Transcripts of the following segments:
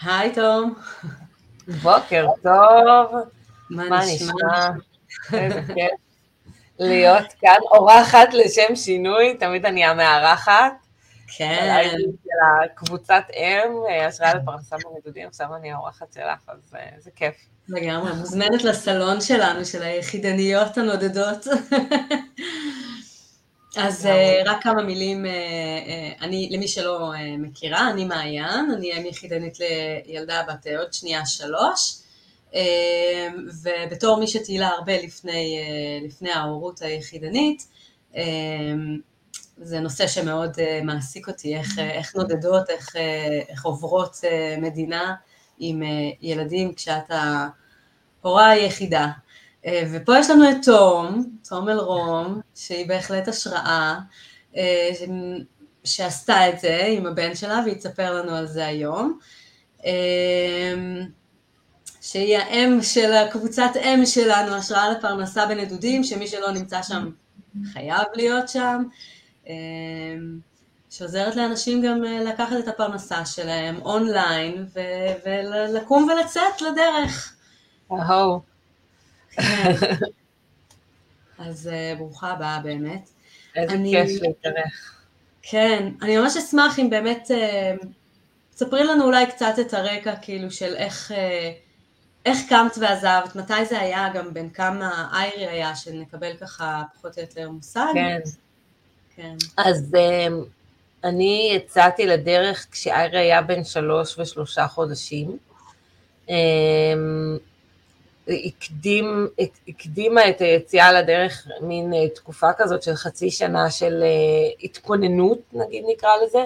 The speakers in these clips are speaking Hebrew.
היי תום. בוקר טוב. מה נשמע? איזה כיף להיות כאן, אורחת לשם שינוי, תמיד אני המארחת. כן. של הקבוצת השראה לפרנסה בנדודים, עכשיו אני האורחת שלך, אז זה כיף. לגמרי, מוזמנת לסלון שלנו, של היחידניות הנודדות. אז רק כמה מילים, למי שלא מכירה, אני מעיין, אני אם יחידנית לילדה בת עוד שנייה 3, ובתור מי שטיילה הרבה לפני ההורות היחידנית, זה נושא שמאוד מעסיק אותי, איך נודדות, איך עוברות מדינה עם ילדים כשאתה הורה היחידה. ופה יש לנו את תום אלרום, שהיא בהחלט השראה, שעשתה את זה עם הבן שלה, והיא תספר לנו על זה היום. שהיא האם של הקבוצת אם שלנו, השראה לפרנסה בנדודים, שמי שלא נמצא שם חייב להיות שם, שעוזרת לאנשים גם לקחת את הפרנסה שלהם אונליין, ולקום ולצאת לדרך. אהו. אז ברוכה הבאה באמת. איזה כיף להתארח. כן, אני ממש אשמח אם באמת, תספרי לנו אולי קצת את הרקע, כאילו של איך קמת ועזבת, מתי זה היה, גם בין כמה איירי היה, שנקבל ככה פחות או יותר מושג. כן. כן. אז אני יצאתי לדרך כשאיירי היה בן 3 ו3 חודשים. הקדימה את היציאה לדרך מין תקופה כזאת של חצי שנה של התכוננות, נגיד נקרא לזה,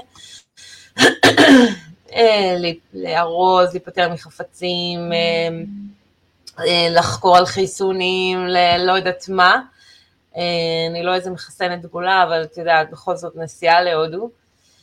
לארוז, להיפטר מחפצים, לחקור על חיסונים, לא יודעת מה, אני לא איזה מחסנת דגולה, אבל את יודעת, בכל זאת נסיעה להודו.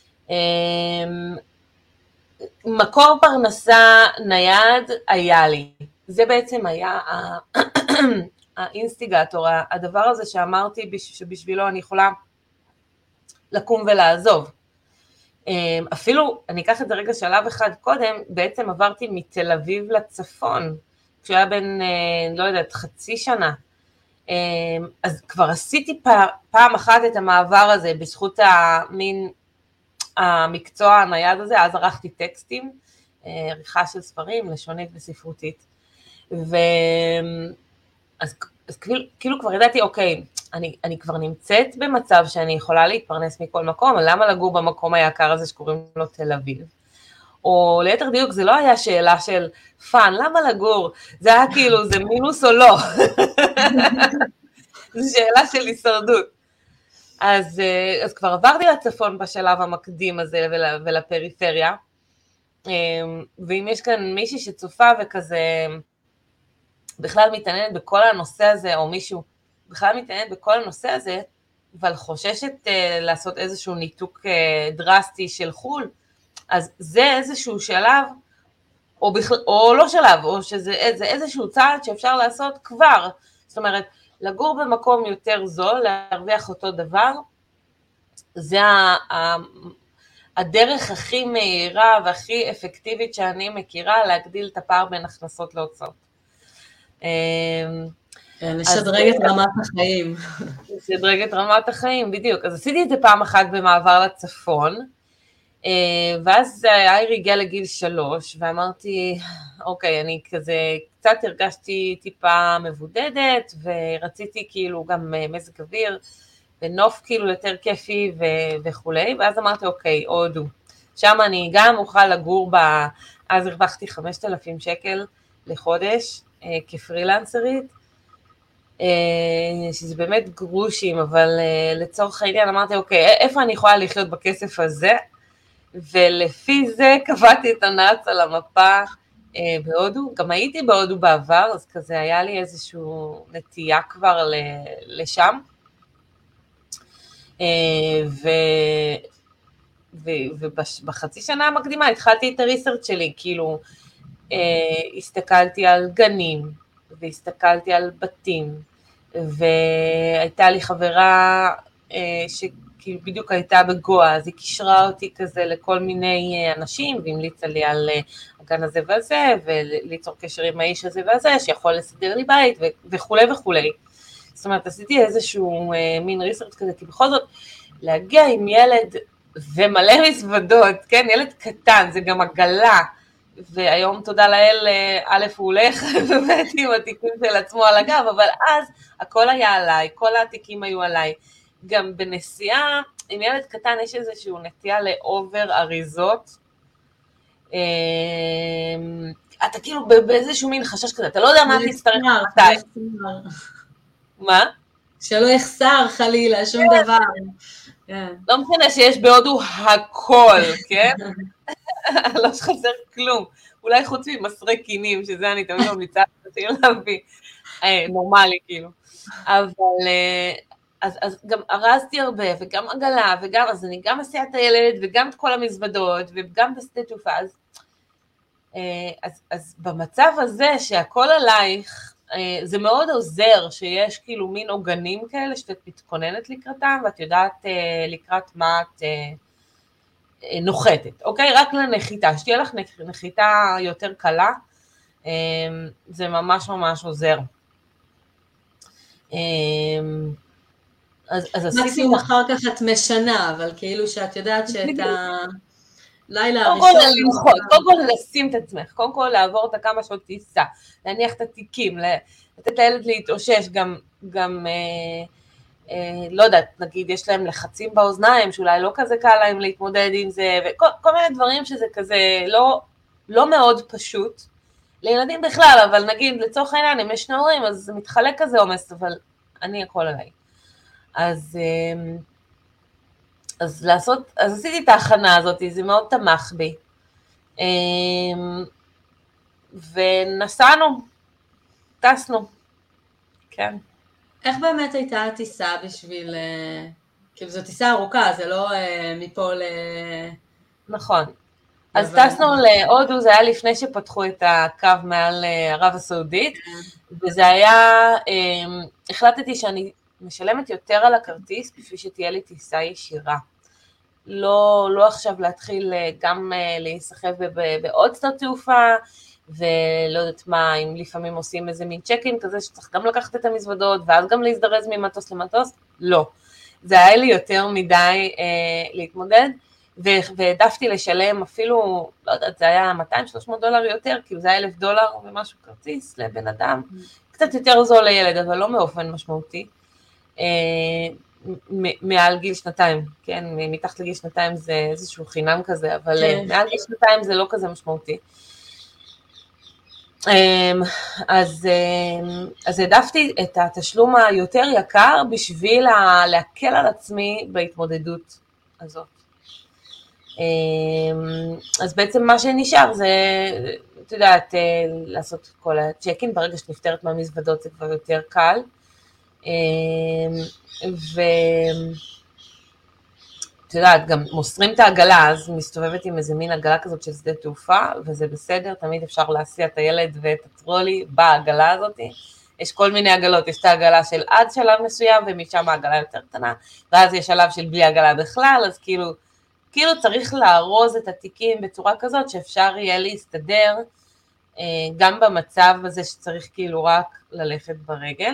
מקור פרנסה נייד היה לי, זה בעצם היה האינסטיגטור, הדבר הזה שאמרתי שבשבילו אני יכולה לקום ולעזוב. אפילו, אני אקח את זה רגע שלב אחד קודם, בעצם עברתי מתל אביב לצפון, כשהיה בין, לא יודעת, חצי שנה. אז כבר עשיתי פעם אחת את המעבר הזה, בזכות המין המקצוע הנייד הזה, אז ערכתי טקסטים, עריכה של ספרים, לשונית וספרותית. אז כאילו כבר ידעתי, אוקיי, אני כבר נמצאת במצב שאני יכולה להתפרנס מכל מקום, למה לגור במקום היקר הזה שקוראים לו תל אביב? או ליתר דיוק, זה לא היה שאלה של פן, למה לגור? זה היה כאילו, זה מינוס או לא? זו שאלה של הישרדות. אז כבר עברתי לצפון בשלב המקדים הזה ולפריפריה, ואם יש כאן מישהי שצופה וכזה בכלל מתעניינת בכל הנושא הזה, או מישהו בכלל מתעניינת בכל הנושא הזה, אבל חוששת לעשות איזשהו ניתוק דרסטי של חול, אז זה איזשהו שלב, או לא שלב, או שזה איזשהו צעד שאפשר לעשות כבר, זאת אומרת, לגור במקום יותר זול, להרוויח אותו דבר, זה הדרך הכי מהירה והכי אפקטיבית שאני מכירה, להגדיל את הפער בין הכנסות להוצאות. לשדרג את רמת החיים. לשדרג את רמת החיים, בדיוק. אז עשיתי את זה פעם אחת במעבר לצפון, ואז איירי הגיע לגיל 3, ואמרתי, אוקיי, אני כזה, קצת הרגשתי טיפה מבודדת, ורציתי כאילו גם מזג אוויר, ונוף כאילו יותר כיפי וכולי, ואז אמרתי, אוקיי, הודו. שם אני גם אוכל לגור אז הרווחתי 5,000 שקל לחודש, כפרילנסרית, שזה באמת גרושים, אבל לצורך העניין אמרתי, אוקיי, איפה אני יכולה לחיות בכסף הזה? ולפי זה קבעתי את הנאץ על המפה בהודו, גם הייתי בהודו בעבר, אז כזה היה לי איזשהו נטייה כבר לשם, ובחצי שנה המקדימה התחלתי את הריסרצ' שלי, כאילו הסתכלתי על גנים, והסתכלתי על בתים, והייתה לי חברה כאילו בדיוק הייתה בגואה, אז היא קישרה אותי כזה לכל מיני אנשים, והמליצה לי על הגן הזה והזה, וליצור קשר עם האיש הזה והזה, שיכול לסדר לי בית, וכולי וכולי. זאת אומרת, עשיתי איזשהו מין ריסרצ' כזה, כי בכל זאת, להגיע עם ילד ומלא מזוודות, כן, ילד קטן, זה גם עגלה, והיום תודה לאל, א' הוא הולך, ובאמת עם התיקים של עצמו על הגב, אבל אז הכל היה עליי, כל העתיקים היו עליי. גם בנסיעה, עם ילד קטן יש איזשהו נטייה לאובר אריזות, אתה כאילו באיזשהו מין חשש כזה, אתה לא יודע מה תצטרך מתי. מה? שלא יחסר חלילה, שום דבר. לא משנה שיש בהודו הכל, כן? לא חסר כלום. אולי חוץ ממסרי קינים, שזה אני תמיד ממליצה להביא, נורמלי כאילו. אבל, אז גם ארזתי הרבה, וגם עגלה, וגם, אז אני גם מסיעה את הילד, וגם את כל המזוודות, וגם בשדה תעופה. אז במצב הזה שהכל עלייך, זה מאוד עוזר שיש כאילו מין עוגנים כאלה, שאת מתכוננת לקראתם, ואת יודעת לקראת מה את נוחתת, אוקיי? רק לנחיתה, שתהיה לך נחיתה יותר קלה, זה ממש ממש עוזר. אז מקסימום אחר כך את משנה, אבל כאילו שאת יודעת שאת הלילה הראשון... קודם כל לשים את עצמך, קודם כל לעבור את הכמה שעות טיסה, להניח את התיקים, לתת לילד להתאושש, גם לא יודעת, נגיד יש להם לחצים באוזניים, שאולי לא כזה קל להם להתמודד עם זה, וכל מיני דברים שזה כזה לא מאוד פשוט, לילדים בכלל, אבל נגיד לצורך העניין, אם יש שני הורים, אז זה מתחלק כזה עומס, אבל אני הכל עליי. אז עשיתי את ההכנה הזאת, זה מאוד תמך בי, ונסענו, טסנו, כן. איך באמת הייתה הטיסה בשביל, כאילו זו טיסה ארוכה, זה לא מפה נכון. אז טסנו להודו, זה היה לפני שפתחו את הקו מעל ערב הסעודית, וזה היה, החלטתי שאני משלמת יותר על הכרטיס, בשביל שתהיה לי טיסה ישירה. לא עכשיו להתחיל גם להיסחב בעוד שדות תעופה, ולא יודעת מה, אם לפעמים עושים איזה מין צ'קין כזה, שצריך גם לקחת את המזוודות, ואז גם להזדרז ממטוס למטוס, לא. זה היה לי יותר מדי להתמודד, והעדפתי לשלם אפילו, לא יודעת, זה היה $200-300 יותר, כאילו זה היה $1,000 ומשהו כרטיס לבן אדם, קצת יותר זול לילד, אבל לא מאופן משמעותי, מעל גיל 2, כן, מתחת לגיל 2 זה איזשהו חינם כזה, אבל מעל גיל 2 זה לא כזה משמעותי. אז העדפתי את התשלום היותר יקר בשביל להקל על עצמי בהתמודדות הזאת. אז בעצם מה שנשאר זה, את יודעת, לעשות כל הצ'קין, ברגע שנפטרת מהמזוודות זה כבר יותר קל, את יודעת, גם מוסרים את העגלה, אז מסתובבת עם איזה מין עגלה כזאת של שדה תעופה, וזה בסדר, תמיד אפשר להסיע את הילד ואת הטרולי בעגלה הזאת, יש כל מיני עגלות, יש את העגלה של עד שלב מסוים, ומשם העגלה יותר קטנה, ואז יש שלב של בלי עגלה בכלל, אז כאילו צריך לארוז את התיקים בצורה כזאת, שאפשר יהיה להסתדר, גם במצב הזה שצריך כאילו רק ללכת ברגל.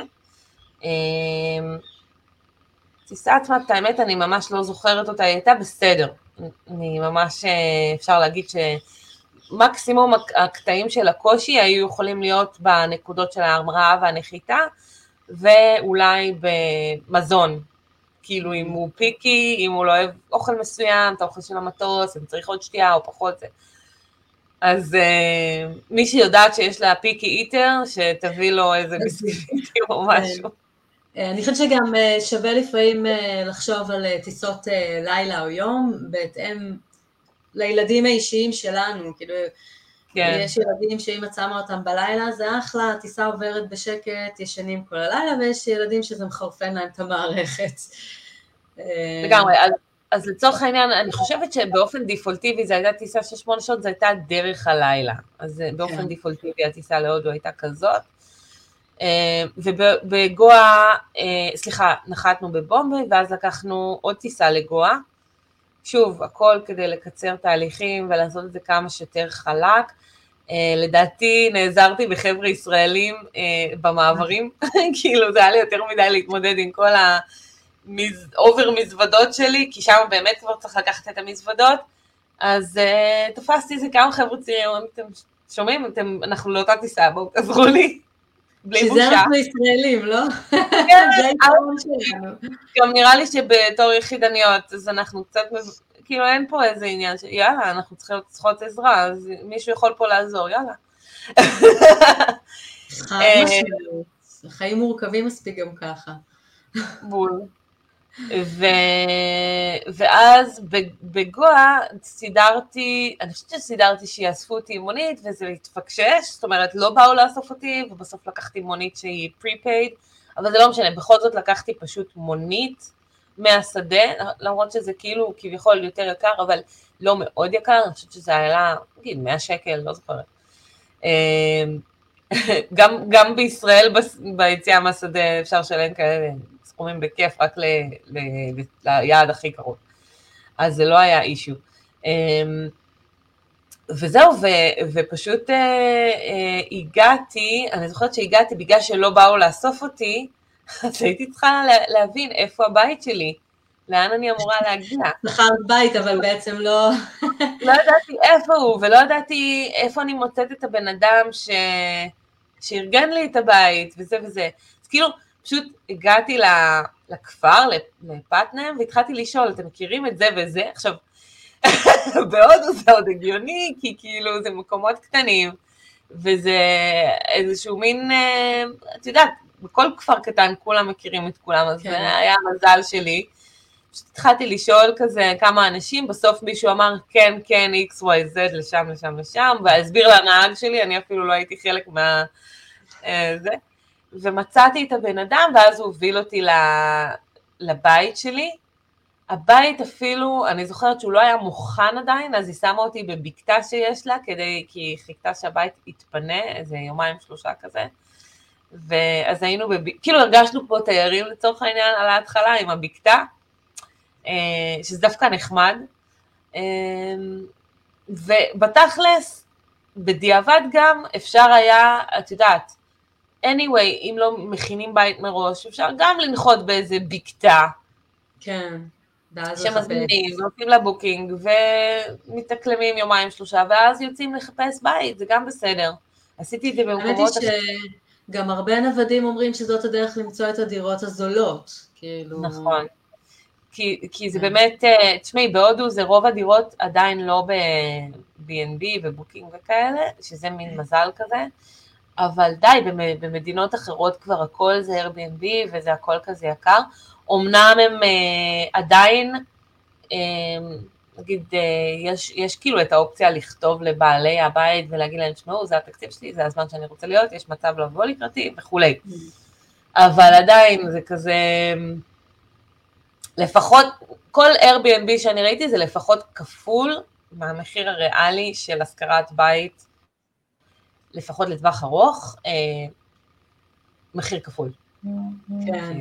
טיסה עצמה, את האמת, אני ממש לא זוכרת אותה, היא הייתה בסדר. אני ממש, אפשר להגיד שמקסימום הקטעים של הקושי היו יכולים להיות בנקודות של ההמראה והנחיתה, ואולי במזון. כאילו אם הוא פיקי, אם הוא לא אוהב אוכל מסוים, את האוכל של המטוס, אם צריך עוד שתייה או פחות זה. אז מי שיודעת שיש לה פיקי איטר, שתביא לו איזה ביסקוויטים או משהו. אני חושבת שגם שווה לפעמים לחשוב על טיסות לילה או יום, בהתאם לילדים האישיים שלנו, כאילו יש ילדים שאם את שמה אותם בלילה, זה אחלה, הטיסה עוברת בשקט, ישנים כל הלילה, ויש ילדים שזה מחרפן להם את המערכת. לגמרי, אז לצורך העניין, אני חושבת שבאופן דיפולטיבי, זו הייתה טיסה של 8 שעות, זו הייתה דרך הלילה, אז באופן דיפולטיבי הטיסה להודו הייתה כזאת, ובגואה, סליחה, נחתנו בבומבי, ואז לקחנו עוד טיסה לגואה, שוב, הכל כדי לקצר תהליכים ולעשות את זה כמה שיותר חלק, לדעתי נעזרתי בחבר'ה ישראלים במעברים, כאילו זה היה לי יותר מדי להתמודד עם כל האובר מזוודות שלי, כי שם באמת כבר צריך לקחת את המזוודות, אז תפסתי איזה כמה חבר'ה צעירים, אתם שומעים? אנחנו לאותה טיסה, בואו תעזרו לי, בלי בושה. שזה אנחנו ישראלים, לא? זה היתרון שלנו. גם נראה לי שבתור יחידניות, אז אנחנו קצת, כאילו אין פה איזה עניין, יאללה, אנחנו צריכות עזרה, אז מישהו יכול פה לעזור, יאללה. חיים מורכבים מספיק גם ככה. בול. ואז בגואה סידרתי, אני חושבת שסידרתי שיאספו אותי עם מונית, וזה התפקשש, זאת אומרת, לא באו לאסוף אותי, ובסוף לקחתי מונית שהיא pre-paid, אבל זה לא משנה, בכל זאת לקחתי פשוט מונית מהשדה, למרות שזה כאילו כביכול יותר יקר, אבל לא מאוד יקר, אני חושבת שזה היה, נגיד, 100 שקל, לא זוכרת. גם בישראל ביציאה מהשדה אפשר לשלם כאלה סכומים בכיף רק ליעד הכי קרוב. אז זה לא היה אישיו. וזהו, ופשוט הגעתי, אני זוכרת שהגעתי בגלל שלא באו לאסוף אותי, אז הייתי צריכה להבין איפה הבית שלי, לאן אני אמורה להגיע. בחרת בית, אבל בעצם לא... לא ידעתי איפה הוא, ולא ידעתי איפה אני מוצאת את הבן אדם שארגן לי את הבית, וזה וזה. אז כאילו, פשוט הגעתי לכפר, לפטנם, והתחלתי לשאול, אתם מכירים את זה וזה? עכשיו, בהודו זה עוד הגיוני, כי כאילו זה מקומות קטנים, וזה איזשהו מין, את יודעת, בכל כפר קטן כולם מכירים את כולם, אז זה היה המזל שלי. פשוט התחלתי לשאול כזה כמה אנשים, בסוף מישהו אמר כן, כן, X, Y, Z, לשם, לשם, לשם, והסביר לנהג שלי, אני אפילו לא הייתי חלק זה, ומצאתי את הבן אדם, ואז הוא הוביל אותי לבית שלי. הבית אפילו, אני זוכרת שהוא לא היה מוכן עדיין, אז היא שמה אותי בבקתה שיש לה, כי היא חיכתה שהבית יתפנה, איזה יומיים שלושה כזה, ואז היינו, כאילו הרגשנו פה תיירים לצורך העניין על ההתחלה עם הבקתה, שזה דווקא נחמד, ובתכלס, בדיעבד גם אפשר היה, את יודעת, anyway, אם לא מכינים בית מראש, אפשר גם לנחות באיזה בקתה, כן, שמזמינים, ועושים לה בוקינג, ומתאקלמים יומיים שלושה, ואז יוצאים לחפש בית, זה גם בסדר. עשיתי את זה במקומות... האמת היא שגם הרבה נוודים אומרים שזאת הדרך למצוא את הדירות הזולות, כאילו... נכון. כי זה באמת, תשמעי, בהודו זה רוב הדירות עדיין לא ב-B&B ובוקינג וכאלה, שזה מין מזל כזה, אבל די, במדינות אחרות כבר הכל זה Airbnb וזה הכל כזה יקר, אמנם הם עדיין, נגיד, יש כאילו את האופציה לכתוב לבעלי הבית ולהגיד להם, שמעו, זה התקציב שלי, זה הזמן שאני רוצה להיות, יש מצב לבוא לקראתי וכולי, אבל עדיין זה כזה... לפחות, כל Airbnb שאני ראיתי זה לפחות כפול מהמחיר הריאלי של השכרת בית, לפחות לטווח ארוך, מחיר כפול. כן.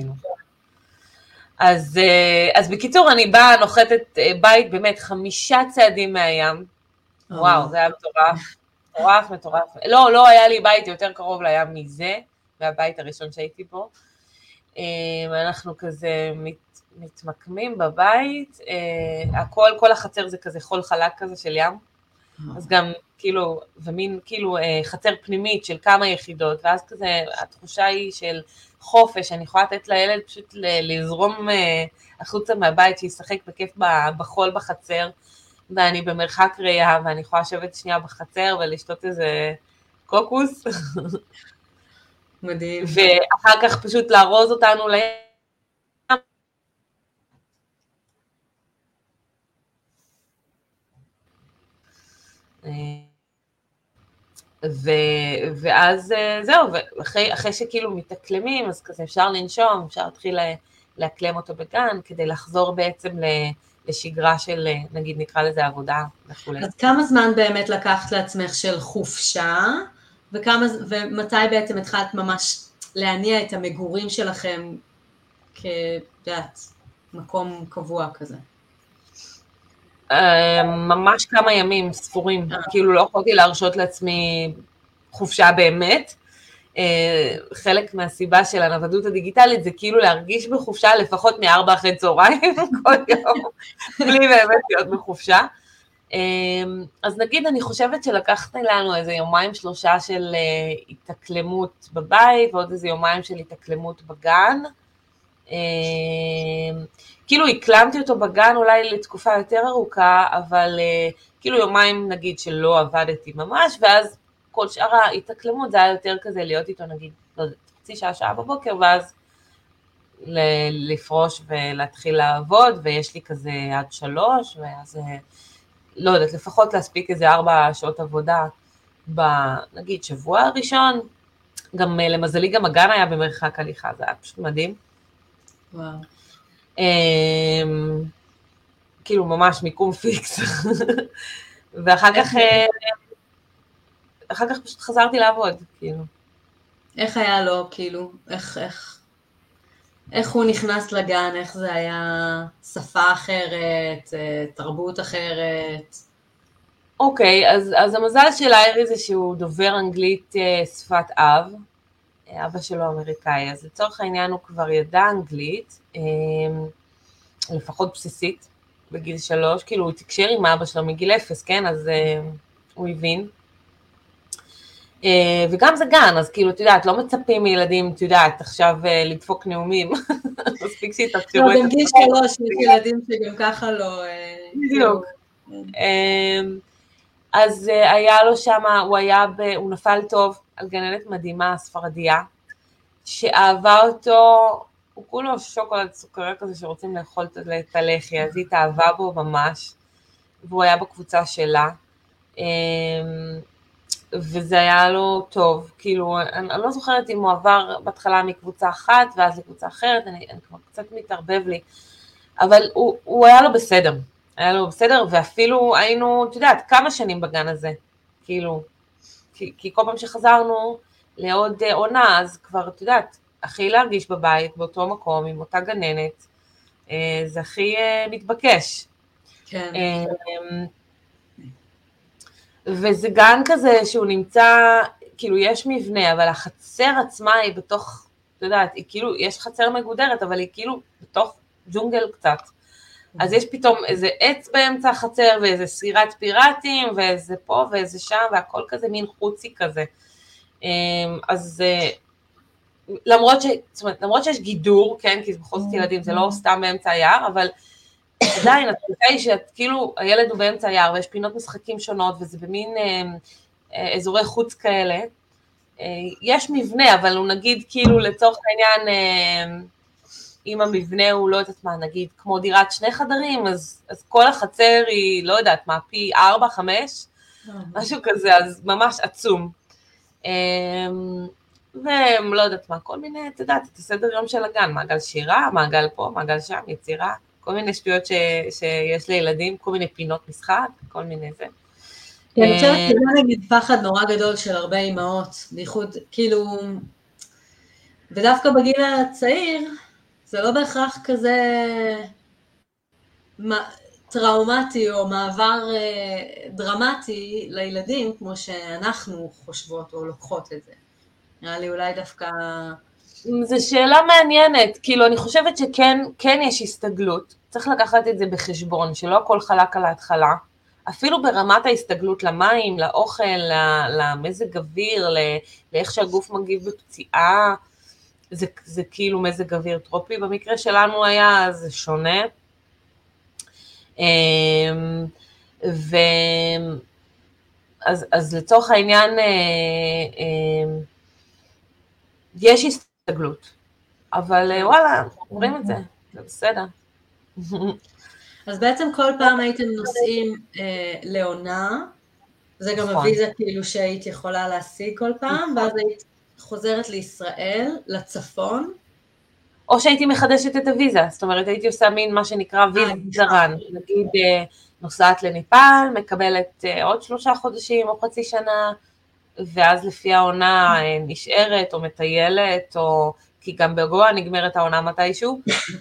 אז בקיצור, אני באה, נוחתת בית באמת 5 צעדים מהים, וואו, זה היה מטורף, מטורף. לא היה לי בית יותר קרוב לים מזה, והבית הראשון שהייתי בו. אנחנו כזה מתמקמים בבית, כל החצר זה כזה חול חלק כזה של ים, אז גם כאילו, ומין כאילו חצר פנימית של כמה יחידות, ואז כזה התחושה היא של חופש, אני יכולה לתת לילד פשוט לזרום החוצה מהבית, שישחק בכיף בחול בחצר, ואני במרחק ראייה, ואני יכולה לשבת שנייה בחצר ולשתות איזה קוקוס, מדהים. ואחר כך פשוט לארוז אותנו לים, ואז זהו, אחרי שכאילו מתאקלמים, אז כזה אפשר לנשום, אפשר להתחיל להקלם אותו בגן, כדי לחזור בעצם לשגרה של, נגיד נקרא לזה עבודה וכו'. אז כמה זמן באמת לקחת לעצמך של חופשה, ומתי בעצם התחלת ממש להניע את המגורים שלכם כדעת, מקום קבוע כזה? ממש כמה ימים ספורים, כאילו לא יכולתי להרשות לעצמי חופשה באמת. חלק מהסיבה של הנוודות הדיגיטלית זה כאילו להרגיש בחופשה לפחות מ-4 אחרי צהריים כל יום, בלי באמת להיות בחופשה. אז נגיד, אני חושבת שלקחתי לנו איזה 2-3 של התאקלמות בבית, ועוד איזה 2 של התאקלמות בגן. כאילו הקלמתי אותו בגן אולי לתקופה יותר ארוכה, אבל כאילו 2 נגיד שלא עבדתי ממש, ואז כל שאר ההתאקלמות זה היה יותר כזה להיות איתו נגיד, לא יודעת, חצי שעה בבוקר, ואז לפרוש ולהתחיל לעבוד, ויש לי כזה עד 3, ואז לא יודעת, לפחות להספיק איזה 4 שעות עבודה, נגיד שבוע הראשון, גם למזלי גם הגן היה במרחק הליכה, זה היה פשוט מדהים. וואו. כאילו ממש מיקום פיקס, ואחר כך פשוט חזרתי לעבוד, כאילו. איך היה לו, כאילו, איך הוא נכנס לגן, איך זה היה שפה אחרת, תרבות אחרת? אוקיי, אז המזל של הארי זה שהוא דובר אנגלית שפת אב, אבא שלו אמריקאי, אז לצורך העניין הוא כבר ידע אנגלית, לפחות בסיסית, בגיל 3, כאילו הוא תקשר עם אבא שלו מגיל 0, כן, אז הוא הבין. וגם זה גן, אז כאילו, את יודעת, לא מצפים מילדים, את יודעת, עכשיו לדפוק נאומים, מספיק שהתאפשרו את לא, בגיל 3, יש ילדים שגם ככה לא... בדיוק. אז היה לו שם, הוא נפל טוב על גננת מדהימה, ספרדיה, שאהבה אותו, הוא כולו שוקולד סוכרי כזה שרוצים לאכול את הלחי, אז היא התאהבה בו ממש, והוא היה בקבוצה שלה, וזה היה לו טוב, כאילו, אני לא זוכרת אם הוא עבר בהתחלה מקבוצה אחת, ואז לקבוצה אחרת, אני כבר קצת מתערבב לי, אבל הוא היה לו בסדר, ואפילו היינו, את יודעת, כמה שנים בגן הזה, כאילו, כי כל פעם שחזרנו לעוד עונה, אז כבר, את יודעת, הכי להרגיש בבית, באותו מקום, עם אותה גננת, זה הכי מתבקש. כן. וזה גן כזה שהוא נמצא, כאילו יש מבנה, אבל החצר עצמה היא בתוך, את יודעת, היא כאילו, יש חצר מגודרת, אבל היא כאילו בתוך ג'ונגל קצת. אז יש פתאום איזה עץ באמצע החצר, ואיזה סירת פיראטים, ואיזה פה ואיזה שם, והכל כזה מין חוצי כזה. אז למרות שיש גידור, כן, כי בכל זאת ילדים, זה לא סתם באמצע היער, אבל עדיין, התחושה היא שאת, כאילו, הילד הוא באמצע היער, ויש פינות משחקים שונות, וזה במין אזורי חוץ כאלה. יש מבנה, אבל הוא נגיד, כאילו, לצורך העניין, אם המבנה הוא לא יודעת מה, נגיד, כמו דירת 2 חדרים, אז כל החצר היא, לא יודעת מה, פי 4-5, משהו כזה, אז ממש עצום. ולא יודעת מה, כל מיני, את יודעת, את הסדר יום של הגן, מעגל שירה, מעגל פה, מעגל שם, יצירה, כל מיני שטויות שיש לילדים, כל מיני פינות משחק, כל מיני זה. אני חושבת שזה נגיד פחד נורא גדול של הרבה אימהות, בייחוד, כאילו, ודווקא בגיל הצעיר, זה לא בהכרח כזה טראומטי או מעבר דרמטי לילדים, כמו שאנחנו חושבות או לוקחות את זה. נראה לי אולי דווקא... זו שאלה מעניינת, כאילו אני חושבת שכן יש הסתגלות, צריך לקחת את זה בחשבון, שלא הכל חלק על ההתחלה, אפילו ברמת ההסתגלות למים, לאוכל, למזג אוויר, לאיך שהגוף מגיב בפציעה, זה כאילו מזג אוויר טרופי, במקרה שלנו היה, זה שונה, אז לצורך העניין, יש הסתגלות, אבל וואלה, אומרים את זה, זה בסדר. אז בעצם כל פעם הייתם נוסעים לעונה, זה גם הוויזה כאילו שהיית יכולה להשיג כל פעם, ואז היית חוזרת לישראל, לצפון. או שהייתי מחדשת את הוויזה, זאת אומרת הייתי עושה מין מה שנקרא ויזה רן, נגיד נוסעת לנפאל, מקבלת עוד 3 חודשים או חצי שנה, ואז לפי העונה נשארת או מטיילת, או כי גם בגואה נגמרת העונה מתישהו,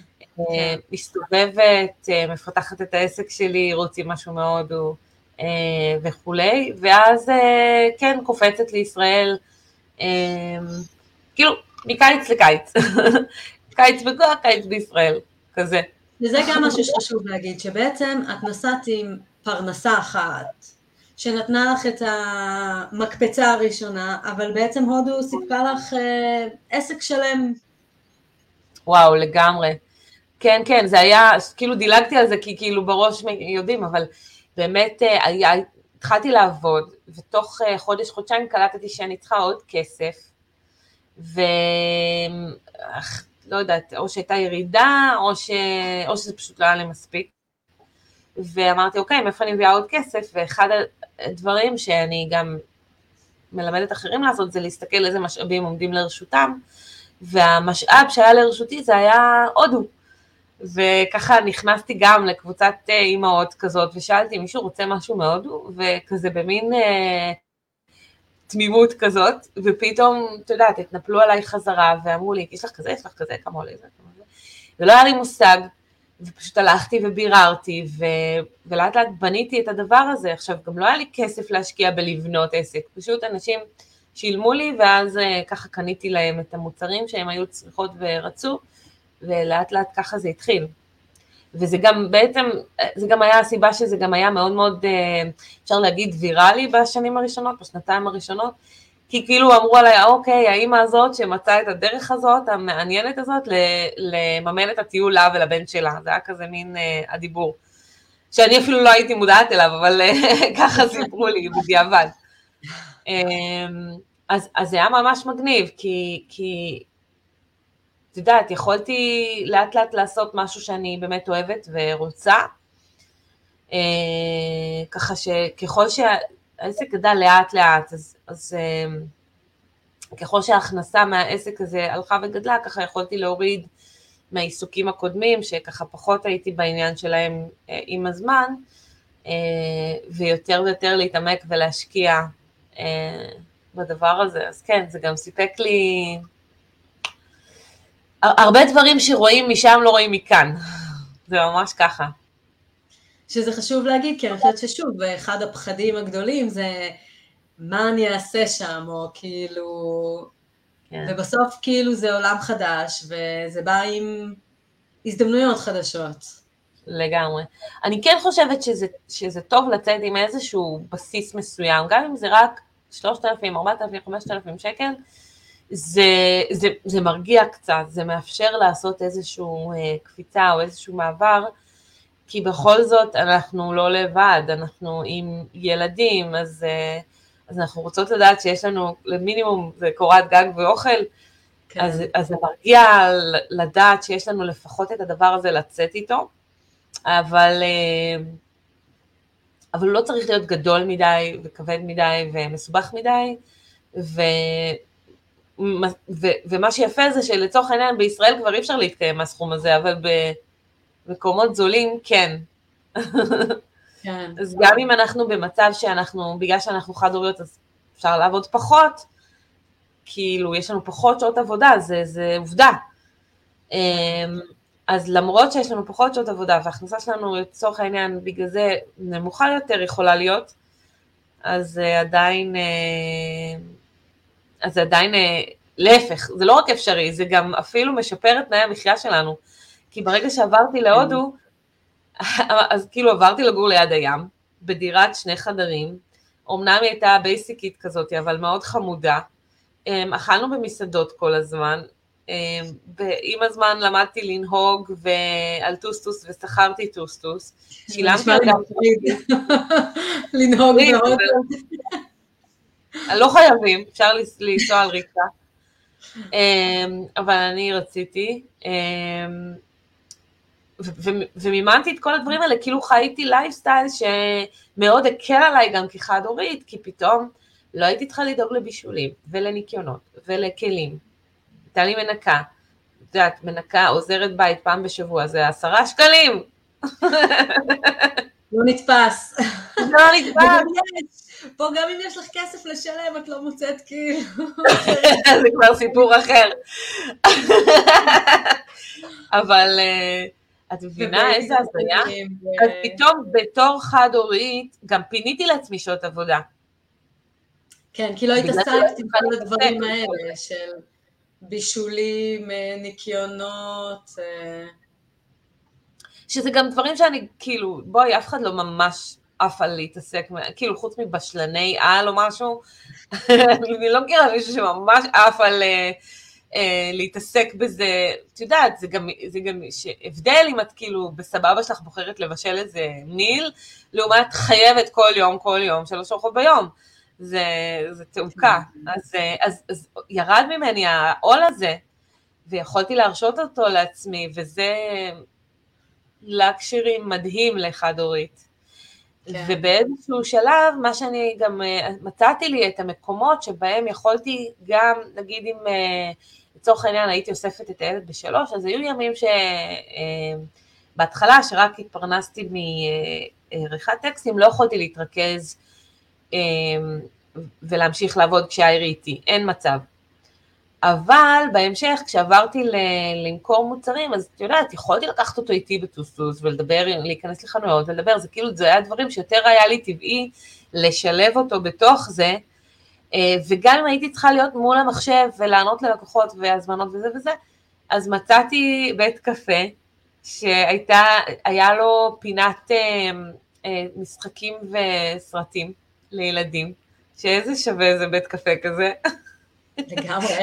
מסתובבת, מפתחת את העסק שלי, רוצים משהו מאוד וכולי, ואז כן קופצת לישראל, כאילו מקיץ לקיץ, קיץ בגואה, קיץ בישראל, כזה. וזה גם משהו שחשוב להגיד, שבעצם את נסעת עם פרנסה אחת, שנתנה לך את המקפצה הראשונה, אבל בעצם הודו סיפקה לך עסק שלם. וואו, לגמרי. כן, כן, זה היה, כאילו דילגתי על זה, כי כאילו בראש יודעים, אבל באמת התחלתי לעבוד, ותוך חודש-חודשיים קלטתי שאני צריכה עוד כסף, ולא יודעת, או שהייתה ירידה, או שזה פשוט לא היה לי מספיק. ואמרתי, אוקיי, מאיפה אני מביאה עוד כסף? ואחד הדברים שאני גם מלמדת אחרים לעשות, זה להסתכל איזה משאבים עומדים לרשותם, והמשאב שהיה לרשותי זה היה הודו. וככה נכנסתי גם לקבוצת אימהות כזאת, ושאלתי, מישהו רוצה משהו מהודו? וכזה במין תמימות כזאת, ופתאום, אתה יודעת, התנפלו עליי חזרה, ואמרו לי, יש לך כזה, יש לך כזה, כמה עולה זה, כמה זה. ולא היה לי מושג, ופשוט הלכתי וביררתי, ולאט לאט בניתי את הדבר הזה. עכשיו, גם לא היה לי כסף להשקיע בלבנות עסק, פשוט אנשים שילמו לי, ואז ככה קניתי להם את המוצרים שהם היו צריכות ורצו, ולאט לאט ככה זה התחיל. וזה גם בעצם, זה גם היה הסיבה שזה גם היה מאוד מאוד, אפשר להגיד ויראלי בשנים הראשונות, בשנתיים הראשונות, כי כאילו אמרו עליי, אוקיי, האמא הזאת שמצאה את הדרך הזאת, המעניינת הזאת, לממן את הטיול לה ולבן שלה, זה היה כזה מין הדיבור, שאני אפילו לא הייתי מודעת אליו, אבל ככה סיפרו לי בדיעבד. אז זה היה ממש מגניב, כי את יודעת, יכולתי לאט לאט לעשות משהו שאני באמת אוהבת ורוצה, ככה שככל שהעסק גדל לאט לאט, אז ככל שההכנסה מהעסק הזה הלכה וגדלה, ככה יכולתי להוריד מהעיסוקים הקודמים, שככה פחות הייתי בעניין שלהם עם הזמן, ויותר ויותר להתעמק ולהשקיע בדבר הזה. אז כן, זה גם סיפק לי הרבה דברים שרואים משם לא רואים מכאן, זה ממש ככה. שזה חשוב להגיד, כי אני חושבת ששוב, אחד הפחדים הגדולים זה מה אני אעשה שם, או כאילו, כן. ובסוף כאילו זה עולם חדש, וזה בא עם הזדמנויות חדשות. לגמרי. אני כן חושבת שזה טוב לצאת עם איזשהו בסיס מסוים, גם אם זה רק 3,000, 4,000, 5,000 שקל, זה מרגיע קצת, זה מאפשר לעשות איזשהו קפיצה או איזשהו מעבר, כי בכל זאת אנחנו לא לבד, אנחנו עם ילדים, אז אנחנו רוצות לדעת שיש לנו למינימום קורת גג ואוכל, כן. אז זה מרגיע לדעת שיש לנו לפחות את הדבר הזה לצאת איתו, אבל הוא לא צריך להיות גדול מדי וכבד מדי ומסובך מדי, ומה שיפה זה שלצורך העניין בישראל כבר אי אפשר להתקיים מהסכום הזה, אבל במקומות זולים כן. כן. אז גם אם אנחנו במצב שאנחנו, בגלל שאנחנו חד-הוריות, אז אפשר לעבוד פחות, כאילו יש לנו פחות שעות עבודה, זה עובדה. אז למרות שיש לנו פחות שעות עבודה, וההכנסה שלנו לצורך העניין בגלל זה נמוכה יותר יכולה להיות, אז עדיין להפך, זה לא רק אפשרי, זה גם אפילו משפר את תנאי המחיה שלנו, כי ברגע שעברתי להודו, אז כאילו עברתי לגור ליד הים, בדירת 2 חדרים, אמנם היא הייתה בייסיקית כזאת, אבל מאוד חמודה, אכלנו במסעדות כל הזמן, ועם הזמן למדתי לנהוג על טוסטוס, ושכרתי טוסטוס, שילמתי אותם. לנהוג מאוד. לא חייבים, אפשר לנסוע על ריקה, אבל אני רציתי, ומימנתי את כל הדברים האלה, כאילו חייתי לייפסטייל שמאוד הקל עליי גם כחד הורית, כי פתאום לא הייתי צריכה לדאוג לבישולים, ולניקיונות, ולכלים, הייתה לי מנקה, את יודעת, מנקה עוזרת בית פעם בשבוע, זה 10 שקלים. לא נתפס. לא נתפס. פה גם אם יש לך כסף לשלם, את לא מוצאת כאילו. זה כבר סיפור אחר. אבל את מבינה איזה הזיה? אז פתאום בתור חד-הורית, גם פיניתי לעצמי שעות עבודה. כן, כי לא התעסקת עם כל הדברים האלה, של בישולים, ניקיונות. שזה גם דברים שאני, כאילו, בואי, אף אחד לא ממש עף על להתעסק, כאילו, חוץ מבשלני על או משהו, אני לא מכירה מישהו שממש עף על להתעסק בזה, את יודעת, זה גם הבדל אם את כאילו בסבבה שלך בוחרת לבשל איזה מיל, לעומת חייבת כל יום, 3 ארוחות ביום. זה תעוקה. אז ירד ממני העול הזה, ויכולתי להרשות אותו לעצמי, וזה לקשרים מדהים לחד-הורית. ובאיזשהו שלב, מה שאני גם מצאתי לי את המקומות שבהם יכולתי גם, נגיד אם לצורך העניין הייתי אוספת את הילד ב3, אז היו ימים שבהתחלה שרק התפרנסתי מעריכת טקסטים, לא יכולתי להתרכז ולהמשיך לעבוד כשהאירי איתי, אין מצב. אבל בהמשך, כשעברתי למכור מוצרים, אז את יודעת, יכולתי לקחת אותו איתי בטוסטוס, ולדבר, להיכנס לחנויות ולדבר, זה כאילו, זה היה דברים שיותר היה לי טבעי לשלב אותו בתוך זה, וגם אם הייתי צריכה להיות מול המחשב, ולענות ללקוחות והזמנות וזה, אז מצאתי בית קפה, שהיה לו פינת משחקים וסרטים לילדים, שאיזה שווה זה בית קפה כזה. לגמרי,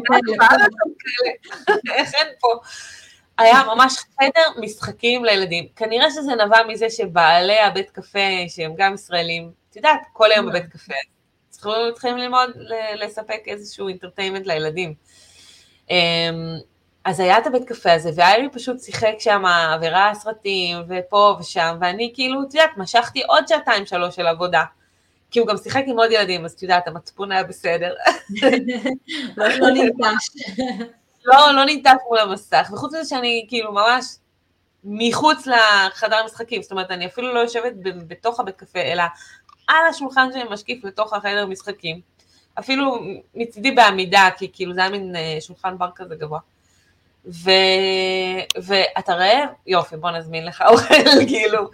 איך אין פה. היה ממש חדר משחקים לילדים. כנראה שזה נבע מזה שבעלי הבית קפה, שהם גם ישראלים, את יודעת, כל היום בבית קפה, צריכים ללמוד לספק איזשהו אינטרטיימנט לילדים. אז היה את הבית קפה הזה, והאירי פשוט שיחק שם, וראה סרטים, ופה ושם, ואני כאילו, את יודעת, משכתי עוד 2-3 של עבודה. כי הוא גם שיחק עם עוד ילדים, אז את יודעת, המצפון היה בסדר. לא ננטש. לא ננטש מול המסך, וחוץ מזה שאני כאילו ממש מחוץ לחדר המשחקים, זאת אומרת, אני אפילו לא יושבת בתוך הבית קפה, אלא על השולחן שאני משקיף לתוך החדר המשחקים, אפילו מצידי בעמידה, כי כאילו זה היה מין שולחן בר כזה גבוה. ואתה רעב? יופי, בוא נזמין לך אוכל, כאילו.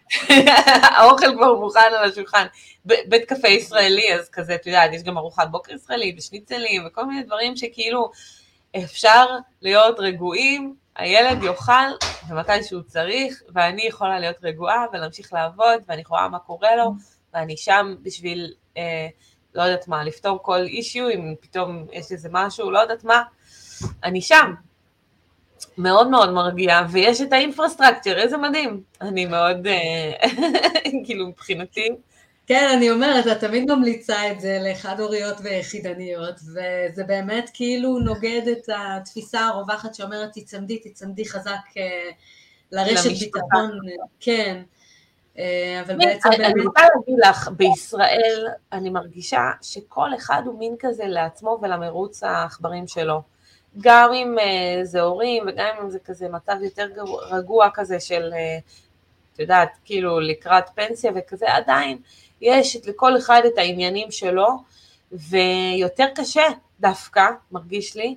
האוכל כבר מוכן על השולחן, בית קפה ישראלי, אז כזה, אתה יודעת, יש גם ארוחת בוקר ישראלית, ושניצלים, וכל מיני דברים שכאילו אפשר להיות רגועים, הילד יאכל, ומתי שהוא צריך, ואני יכולה להיות רגועה, ולהמשיך לעבוד, ואני רואה מה קורה לו, ואני שם בשביל, לא יודעת מה, לפתור כל אישיו, אם פתאום יש איזה משהו, לא יודעת מה, אני שם. מאוד מאוד מרגיע, ויש את האינפרסטרקצ'ר, איזה מדהים. אני מאוד, כאילו, מבחינתי. כן, אני אומרת, את תמיד ממליצה את זה לחד-הוריות ויחידניות, וזה באמת כאילו נוגד את התפיסה הרווחת שאומרת, תצמדי חזק לרשת ביטחון, כן. אבל בעצם באמת... אני רוצה להגיד לך, בישראל אני מרגישה שכל אחד הוא מין כזה לעצמו ולמרוץ העכברים שלו. גם אם זה הורים, וגם אם זה כזה מצב יותר רגוע כזה של, את יודעת, כאילו לקראת פנסיה וכזה, עדיין יש לכל אחד את העניינים שלו, ויותר קשה דווקא, מרגיש לי,